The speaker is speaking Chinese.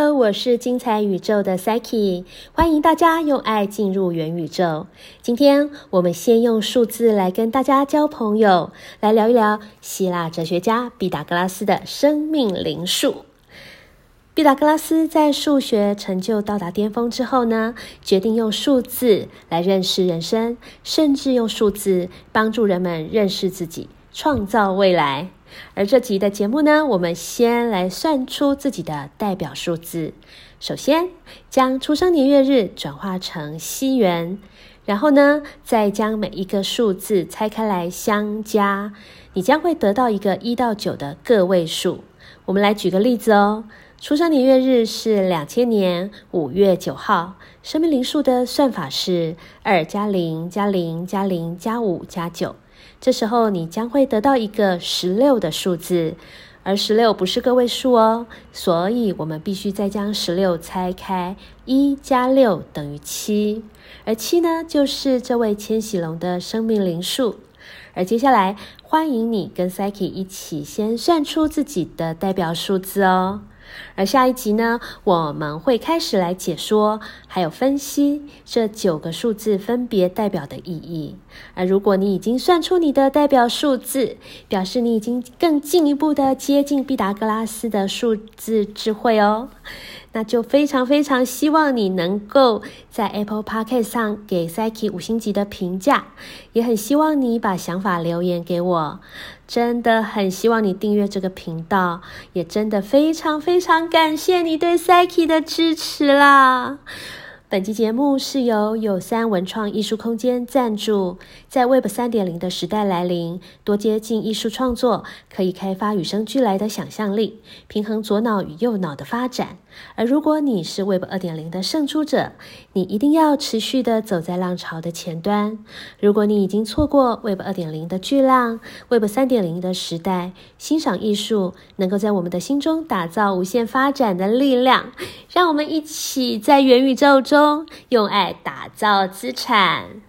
Hello， 我是精彩宇宙的 Psyche， 欢迎大家用爱进入元宇宙。今天我们先用数字来跟大家交朋友，来聊一聊希腊哲学家毕达哥拉斯的生命灵数。毕达哥拉斯在数学成就到达巅峰之后呢，决定用数字来认识人生，甚至用数字帮助人们认识自己，创造未来。而这集的节目呢，我们先来算出自己的代表数字。首先将出生年月日转化成西元，然后呢再将每一个数字拆开来相加，你将会得到一个1到9的个位数。我们来举个例子哦，出生年月日是2000年5月9号，生命灵数的算法是2加0加0加0加5加9。这时候你将会得到一个16的数字，而16不是个位数哦，所以我们必须再将16拆开，1加6等于7，而7呢就是这位千禧龙的生命灵数。而接下来欢迎你跟 Psyche 一起先算出自己的代表数字哦。而下一集呢，我们会开始来解说还有分析这9个数字分别代表的意义。而如果你已经算出你的代表数字，表示你已经更进一步的接近毕达哥拉斯的数字智慧哦。那就非常非常希望你能够在 Apple Podcast 上给 Psyche 5星级的评价，也很希望你把想法留言给我，真的很希望你订阅这个频道，也真的非常非常感谢你对 Psyche 的支持啦。本期节目是由有3文创艺术空间赞助。在 Web 3.0 的时代来临，多接近艺术创作可以开发与生俱来的想象力，平衡左脑与右脑的发展。而如果你是 Web 2.0 的胜出者，你一定要持续的走在浪潮的前端。如果你已经错过 Web 2.0 的巨浪， Web 3.0 的时代，欣赏艺术能够在我们的心中打造无限发展的力量。让我们一起在元宇宙中用爱打造资产。